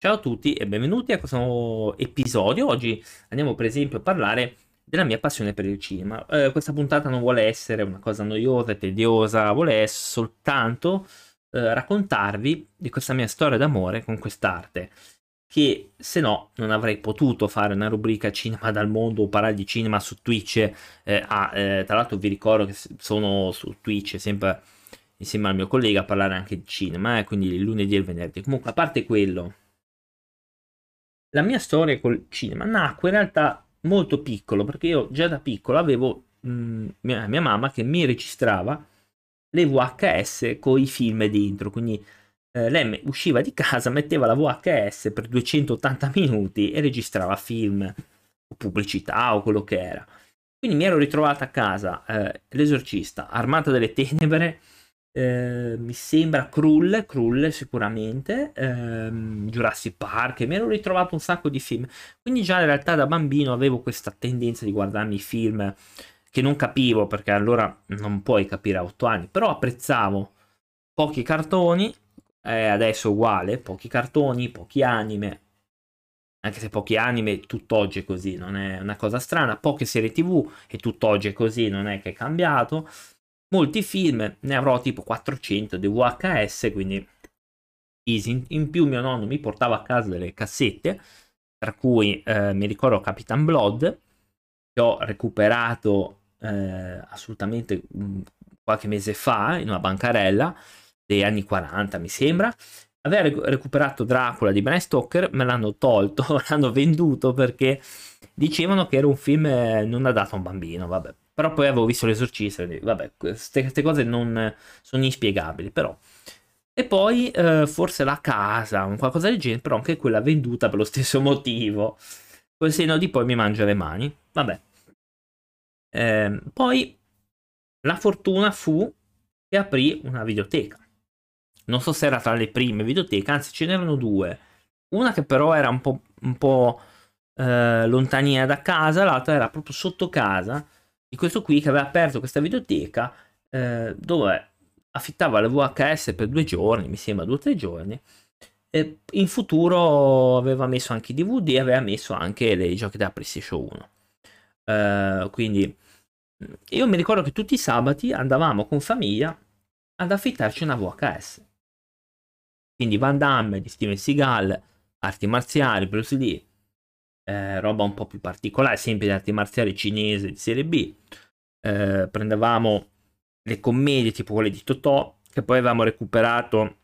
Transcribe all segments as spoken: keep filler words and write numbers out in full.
Ciao a tutti e benvenuti a questo nuovo episodio. Oggi andiamo per esempio a parlare della mia passione per il cinema. Eh, questa puntata non vuole essere una cosa noiosa e tediosa, vuole soltanto eh, raccontarvi di questa mia storia d'amore con quest'arte, che se no non avrei potuto fare una rubrica cinema dal mondo o parlare di cinema su Twitch. Eh, ah, eh, tra l'altro vi ricordo che sono su Twitch sempre insieme al mio collega a parlare anche di cinema, eh, quindi il lunedì e il venerdì. Comunque, a parte quello, la mia storia col cinema nacque in realtà molto piccolo, perché io già da piccolo avevo mh, mia, mia mamma che mi registrava le V H S con i film dentro, quindi eh, lei me- usciva di casa, metteva la V H S per duecentottanta minuti e registrava film o pubblicità o quello che era. Quindi mi ero ritrovata a casa, eh, L'Esorcista, Armata delle Tenebre, eh, mi sembra Krull, Krull sicuramente, ehm, Jurassic Park, e mi ero ritrovato un sacco di film. Quindi già in realtà da bambino avevo questa tendenza di guardarmi i film che non capivo, perché allora non puoi capire a otto anni, però apprezzavo pochi cartoni, eh, adesso uguale, pochi cartoni, pochi anime, anche se pochi anime tutt'oggi è così, non è una cosa strana, poche serie T V e tutt'oggi è così, non è che è cambiato. Molti film, ne avrò tipo quattrocento di V H S, quindi easy. In più mio nonno mi portava a casa delle cassette, tra cui eh, mi ricordo Capitan Blood, che ho recuperato eh, assolutamente mh, qualche mese fa in una bancarella degli anni quaranta, mi sembra. Aver recu- recuperato Dracula di Bram Stoker, me l'hanno tolto, l'hanno venduto perché dicevano che era un film eh, non adatto a un bambino, vabbè. Però poi avevo visto L'Esorcista e dico, vabbè, queste cose non sono inspiegabili, però. E poi eh, forse la casa, un qualcosa del genere, però anche quella venduta per lo stesso motivo. Col senno di poi mi mangio le mani. Vabbè. Ehm, poi la fortuna fu che aprì una videoteca. Non so se era tra le prime videoteche, anzi ce n'erano due. Una che però era un po', un po' eh, lontanina da casa, l'altra era proprio sotto casa di questo qui che aveva aperto questa videoteca eh, dove affittava le V H S per due giorni, mi sembra due o tre giorni. E in futuro aveva messo anche i D V D e aveva messo anche i giochi della PlayStation uno. Eh, quindi io mi ricordo che tutti i sabati andavamo con famiglia ad affittarci una V H S. Quindi Van Damme di Steven Seagal, arti marziali, Bruce Lee, eh, roba un po' più particolare, sempre di arti marziali cinese di serie B. Eh, prendevamo le commedie tipo quelle di Totò, che poi avevamo recuperato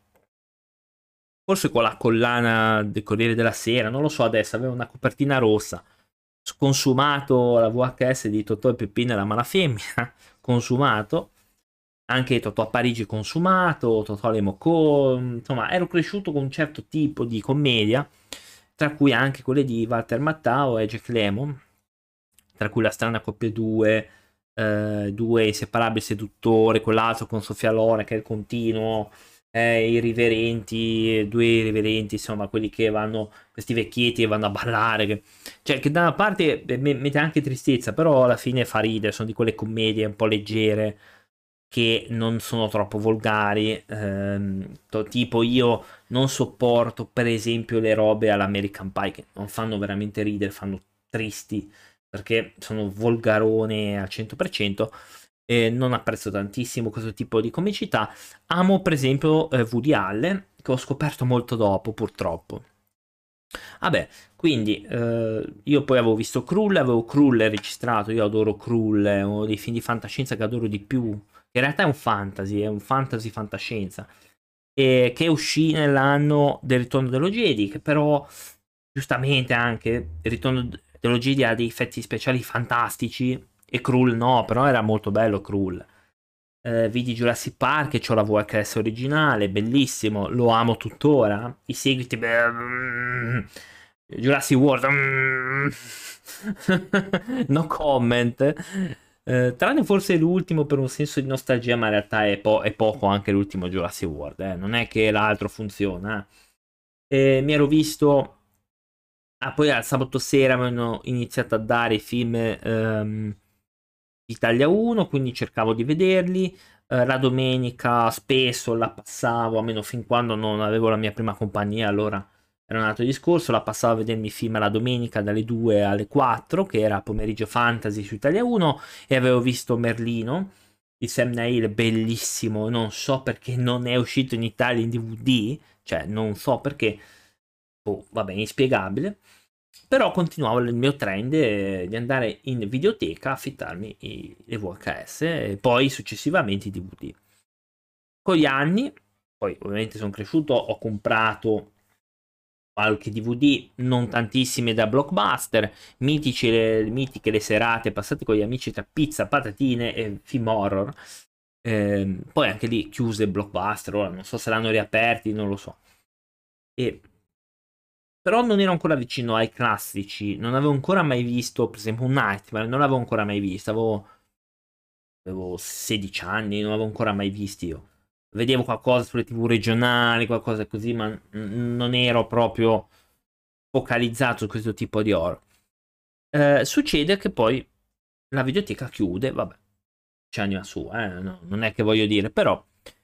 forse con la collana del Corriere della Sera, non lo so adesso, aveva una copertina rossa. Consumato la V H S di Totò e Peppino e la Malafemmina, consumato. Anche Totò a Parigi consumato, Totò le Mocco, insomma ero cresciuto con un certo tipo di commedia, tra cui anche quelle di Walter Matthau e Jack Lemmon, tra cui La strana coppia due, eh, Due inseparabili seduttori, quell'altro con Sofia Loren che è il continuo, eh, i riverenti, due irriverenti, insomma quelli che vanno, questi vecchietti che vanno a ballare, che, cioè che da una parte eh, me- mette anche tristezza, però alla fine fa ridere, sono di quelle commedie un po' leggere che non sono troppo volgari, ehm, to- tipo io non sopporto per esempio le robe all'American Pie che non fanno veramente ridere, fanno tristi perché sono volgarone al cento per cento e non apprezzo tantissimo questo tipo di comicità. Amo per esempio eh, Woody Allen che ho scoperto molto dopo purtroppo. Vabbè, quindi eh, io poi avevo visto Krull, avevo Krull registrato, io adoro Krull, è uno dei film di fantascienza che adoro di più, che in realtà è un fantasy, è un fantasy fantascienza, e che uscì nell'anno del Ritorno dello Jedi, che però giustamente anche il Ritorno dello Jedi ha dei effetti speciali fantastici, e Krull no, però era molto bello Krull. Eh, vidi Jurassic Park, c'ho la V H S originale, bellissimo, lo amo tuttora. I seguiti, beh, mm, Jurassic World, mm, no comment. Eh, tranne forse l'ultimo per un senso di nostalgia, ma in realtà è, po- è poco anche l'ultimo Jurassic World, eh. Non è che l'altro funziona. Eh. E mi ero visto. Ah, poi al sabato sera mi hanno iniziato a dare i film ehm, Italia uno, quindi cercavo di vederli. Eh, la domenica spesso la passavo, almeno fin quando non avevo la mia prima compagnia, allora era un altro discorso, la passavo a vedermi i film la domenica dalle due alle quattro, che era pomeriggio fantasy su Italia uno, e avevo visto Merlino di Sam Neill, bellissimo, non so perché non è uscito in Italia in D V D, cioè non so perché, boh, vabbè, inspiegabile. Però continuavo il mio trend eh, di andare in videoteca a affittarmi i, le V H S e poi successivamente i D V D. Con gli anni, poi ovviamente sono cresciuto, ho comprato qualche D V D, non tantissime da Blockbuster, mitici le, mitiche le serate passate con gli amici tra pizza, patatine e film horror. Ehm, poi anche lì chiuse Blockbuster, ora non so se l'hanno riaperti, non lo so. E però non ero ancora vicino ai classici, non avevo ancora mai visto, per esempio, un Nightmare, non l'avevo ancora mai visto, avevo, avevo sedici anni, non l'avevo ancora mai visto io. Vedevo qualcosa sulle T V regionali, qualcosa così, ma n- non ero proprio focalizzato su questo tipo di horror. Eh, succede che poi la videoteca chiude, vabbè, c'è anima sua, eh, no, non è che voglio dire, però.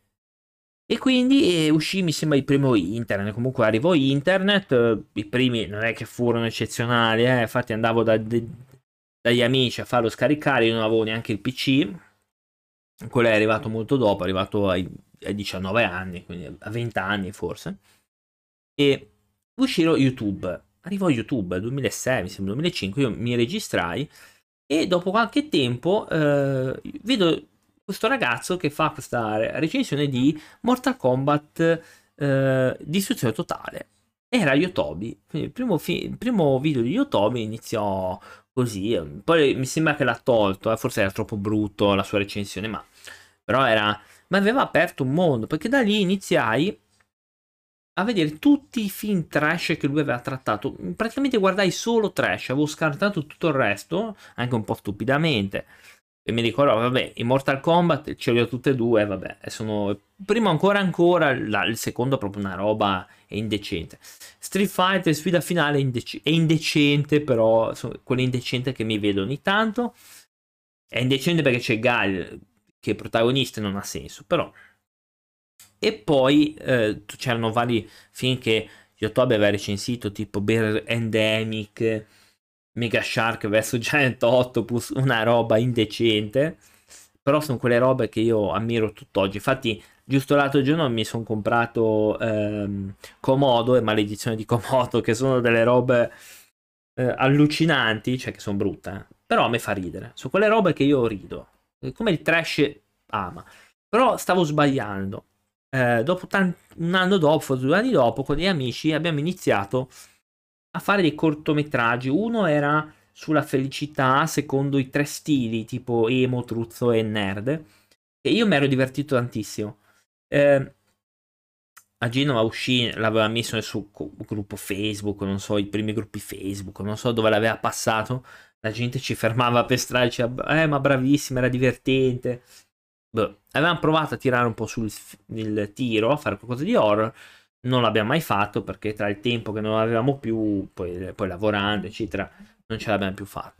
E quindi eh, uscì, mi sembra, il primo internet. Comunque arrivò internet. Eh, I primi non è che furono eccezionali, eh, infatti andavo da- de- dagli amici a farlo scaricare. Io non avevo neanche il P C. Quello è arrivato molto dopo, è arrivato ai, ai diciannove anni, quindi a venti anni forse. E uscirò YouTube. Arrivò YouTube duemilasei, mi sembra duemilacinque. Io mi registrai e dopo qualche tempo eh, vedo questo ragazzo che fa questa recensione di Mortal Kombat eh, Distruzione Totale. Era Yotobi. Quindi il primo, fi- il primo video di Yotobi iniziò così. eh, Poi mi sembra che l'ha tolto, eh, forse era troppo brutto la sua recensione, ma però era. Ma aveva aperto un mondo, perché da lì iniziai a vedere tutti i film trash che lui aveva trattato. Praticamente guardai solo trash, avevo scartato tutto il resto, anche un po' stupidamente. E mi ricordo, vabbè, in Mortal Kombat ce li ho tutte e due, vabbè, e sono. Primo ancora ancora, la- il secondo è proprio una roba è indecente. Street Fighter, sfida finale, è, indec- è indecente, però sono quelle indecente che mi vedo ogni tanto. È indecente perché c'è Guile che è protagonista e non ha senso, però. E poi eh, c'erano vari film che Yotobi aveva recensito, tipo Bear Endemic, Mega Shark vs Giant Octopus, una roba indecente. Però sono quelle robe che io ammiro tutt'oggi. Infatti, giusto l'altro giorno mi sono comprato ehm, Komodo e Maledizione di Komodo, che sono delle robe eh, allucinanti, cioè che sono brutte, eh. Però a me fa ridere. Sono quelle robe che io rido. Come il trash ama. Però stavo sbagliando. Eh, dopo tan- un anno dopo, forse due anni dopo, con degli amici abbiamo iniziato a fare dei cortometraggi. Uno era sulla felicità secondo i tre stili, tipo emo, truzzo e nerd. E io mi ero divertito tantissimo. Eh, a Genova uscì, l'aveva messo nel suo co- gruppo Facebook, non so, i primi gruppi Facebook, non so dove l'aveva passato. La gente ci fermava per strada e diceva, eh, ma bravissima, era divertente. Boh, avevamo provato a tirare un po' sul f- il tiro, a fare qualcosa di horror. Non l'abbiamo mai fatto perché tra il tempo che non avevamo più, poi, poi lavorando, eccetera, non ce l'abbiamo più fatta.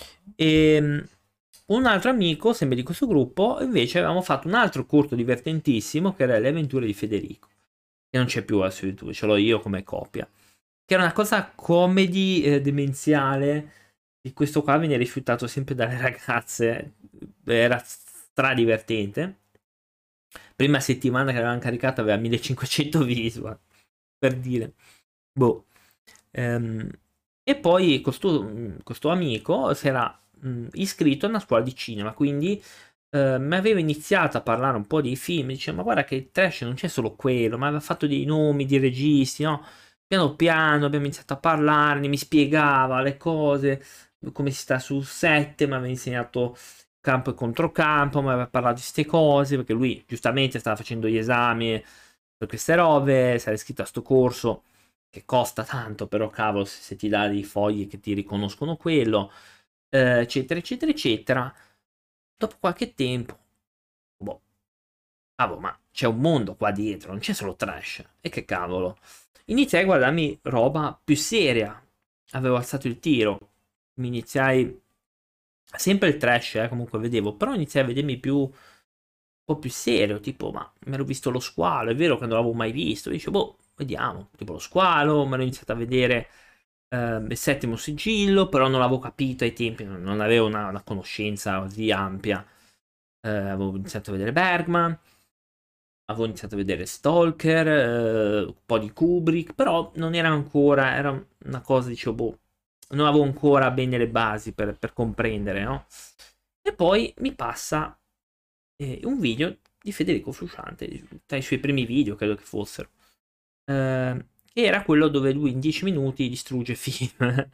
E un altro amico, sempre di questo gruppo, invece avevamo fatto un altro corto divertentissimo che era Le avventure di Federico. Che non c'è più su YouTube, ce l'ho io come copia. Che era una cosa comedy eh, demenziale. Di questo qua viene rifiutato sempre dalle ragazze. Era stra divertente. Prima settimana che avevamo caricato aveva millecinquecento visual. Per dire. Boh. Ehm, e poi questo, questo amico si era mh, iscritto a una scuola di cinema, quindi eh, mi aveva iniziato a parlare un po' di film, diceva ma guarda che il trash non c'è solo quello, ma aveva fatto dei nomi di registi, no? Piano piano abbiamo iniziato a parlarne, mi spiegava le cose, come si sta sul set, mi aveva insegnato campo e controcampo, mi aveva parlato di queste cose, perché lui giustamente stava facendo gli esami per queste robe, si era iscritto a sto corso che costa tanto, però cavolo, se, se ti dà dei fogli che ti riconoscono quello, eh, eccetera, eccetera, eccetera. Dopo qualche tempo, boh, cavolo, ma c'è un mondo qua dietro, non c'è solo trash. E che cavolo. Iniziai a guardarmi roba più seria. Avevo alzato il tiro. Mi iniziai sempre il trash, eh, comunque vedevo, però iniziai a vedermi più un po' più serio, tipo, ma mi ero visto lo squalo, è vero che non l'avevo mai visto. Dice, boh, vediamo, tipo Lo Squalo, me l'ho iniziato a vedere eh, Il Settimo Sigillo, però non l'avevo capito ai tempi, non, non avevo una, una conoscenza così ampia. Eh, avevo iniziato a vedere Bergman, avevo iniziato a vedere Stalker, eh, un po' di Kubrick, però non era ancora, era una cosa, dicevo, boh, non avevo ancora bene le basi per, per comprendere, no? E poi mi passa eh, un video di Federico Frusciante, tra i suoi primi video, credo che fossero, eh, che era quello dove lui in dieci minuti distrugge film.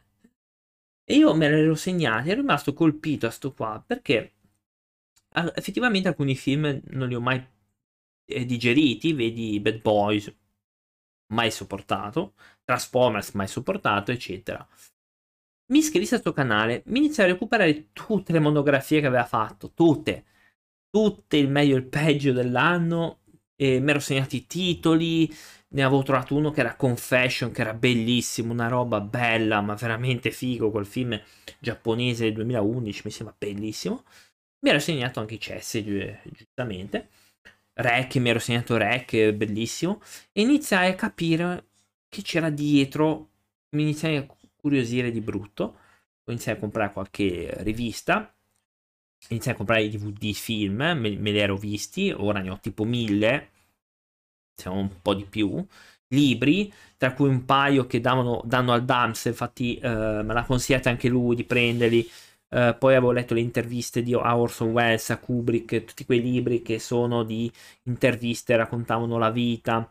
E io me l'ero segnato, ero rimasto colpito a sto qua, perché ah, effettivamente alcuni film non li ho mai eh, digeriti, vedi Bad Boys, mai sopportato, Transformers, mai sopportato, eccetera. Mi iscrissi a sto canale, mi iniziai a recuperare tutte le monografie che aveva fatto, tutte, tutte, il meglio e il peggio dell'anno, e mi ero segnato i titoli, ne avevo trovato uno che era Confession, che era bellissimo, una roba bella, ma veramente figo, quel film giapponese del duemilaundici, mi sembra bellissimo. Mi ero segnato anche i Cessi, gi- giustamente. Rec, mi ero segnato Rec, bellissimo. E iniziai a capire che c'era dietro, mi iniziai a curiosire di brutto. Iniziai a comprare qualche rivista, iniziai a comprare i D V D film, me, me li ero visti, ora ne ho tipo mille, siamo un po' di più. Libri, tra cui un paio che davano, danno al Dams, infatti eh, me l'ha consigliato anche lui di prenderli. Eh, poi avevo letto le interviste di a Orson Welles, a Kubrick, tutti quei libri che sono di interviste, raccontavano la vita.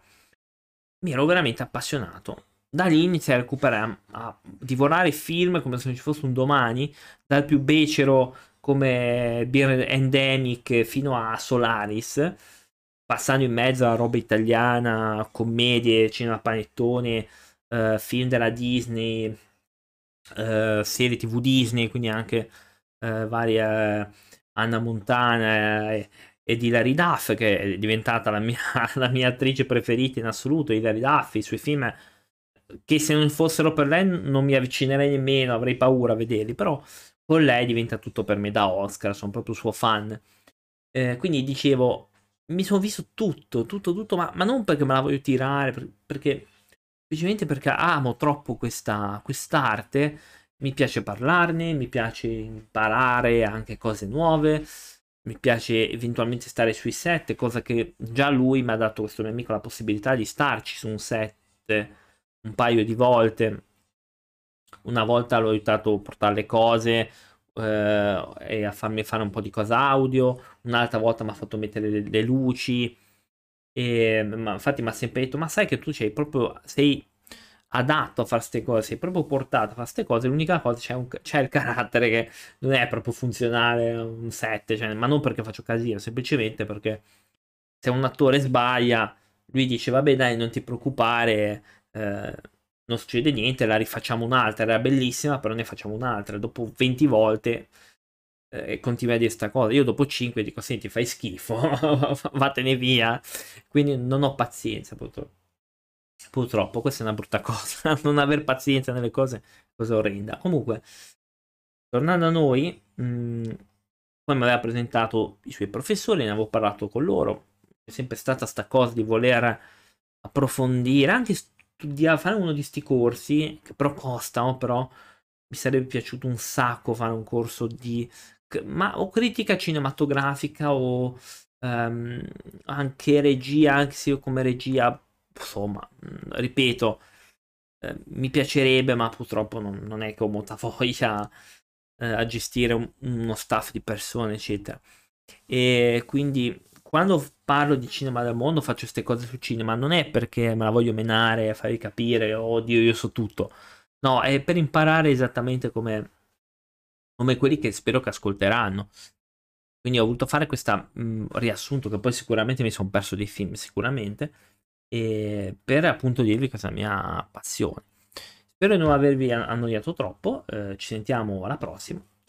Mi ero veramente appassionato. Da lì iniziai a recuperare, a divorare film come se non ci fosse un domani, dal più becero come Beer Endemic fino a Solaris, passando in mezzo a roba italiana, commedie, cinema panettone, eh, film della Disney, eh, serie T V Disney, quindi anche eh, varie Anna Montana e, ed Hilary Duff, che è diventata la mia, la mia attrice preferita in assoluto. Hilary Duff, i suoi film, che se non fossero per lei non mi avvicinerei nemmeno, avrei paura a vederli, però con lei diventa tutto per me da Oscar, sono proprio suo fan. Eh, quindi dicevo, mi sono visto tutto, tutto, tutto, ma, ma non perché me la voglio tirare, per- perché semplicemente perché amo troppo questa quest'arte, mi piace parlarne, mi piace imparare anche cose nuove, mi piace eventualmente stare sui set, cosa che già lui mi ha dato, questo mio amico, la possibilità di starci su un set un paio di volte. Una volta l'ho aiutato a portare le cose eh, e a farmi fare un po' di cosa audio, un'altra volta mi ha fatto mettere le, le luci. E, ma infatti mi ha sempre detto: Ma sai che tu sei proprio sei adatto a fare queste cose, sei proprio portato a fare queste cose. L'unica cosa c'è, un, c'è il carattere che non è proprio funzionale a un set, cioè, ma non perché faccio casino, semplicemente perché se un attore sbaglia, lui dice: Vabbè, dai, non ti preoccupare. eh, non succede niente, la rifacciamo un'altra, era bellissima, però ne facciamo un'altra. Dopo venti volte eh, continui a dire sta cosa. Io dopo cinque dico: Senti, fai schifo, vattene via. Quindi non ho pazienza, purtroppo. Purtroppo, questa è una brutta cosa. Non aver pazienza nelle cose è cosa orrenda. Comunque, tornando a noi, mh, poi mi aveva presentato i suoi professori, ne avevo parlato con loro. È sempre stata sta cosa di voler approfondire, anche studiare, fare uno di sti corsi, che però costano, però mi sarebbe piaciuto un sacco fare un corso di, ma o critica cinematografica o ehm, anche regia, anche se io come regia, insomma, mh, ripeto, eh, mi piacerebbe, ma purtroppo non, non è che ho molta voglia eh, a gestire un- uno staff di persone, eccetera. E quindi quando parlo di cinema del mondo faccio queste cose sul cinema, non è perché me la voglio menare, farvi capire, oddio, io so tutto. No, è per imparare esattamente come, come quelli che spero che ascolteranno. Quindi ho voluto fare questo riassunto, che poi sicuramente mi sono perso dei film, sicuramente, e per appunto dirvi questa è la mia passione. Spero di non avervi annoiato troppo, eh, ci sentiamo alla prossima.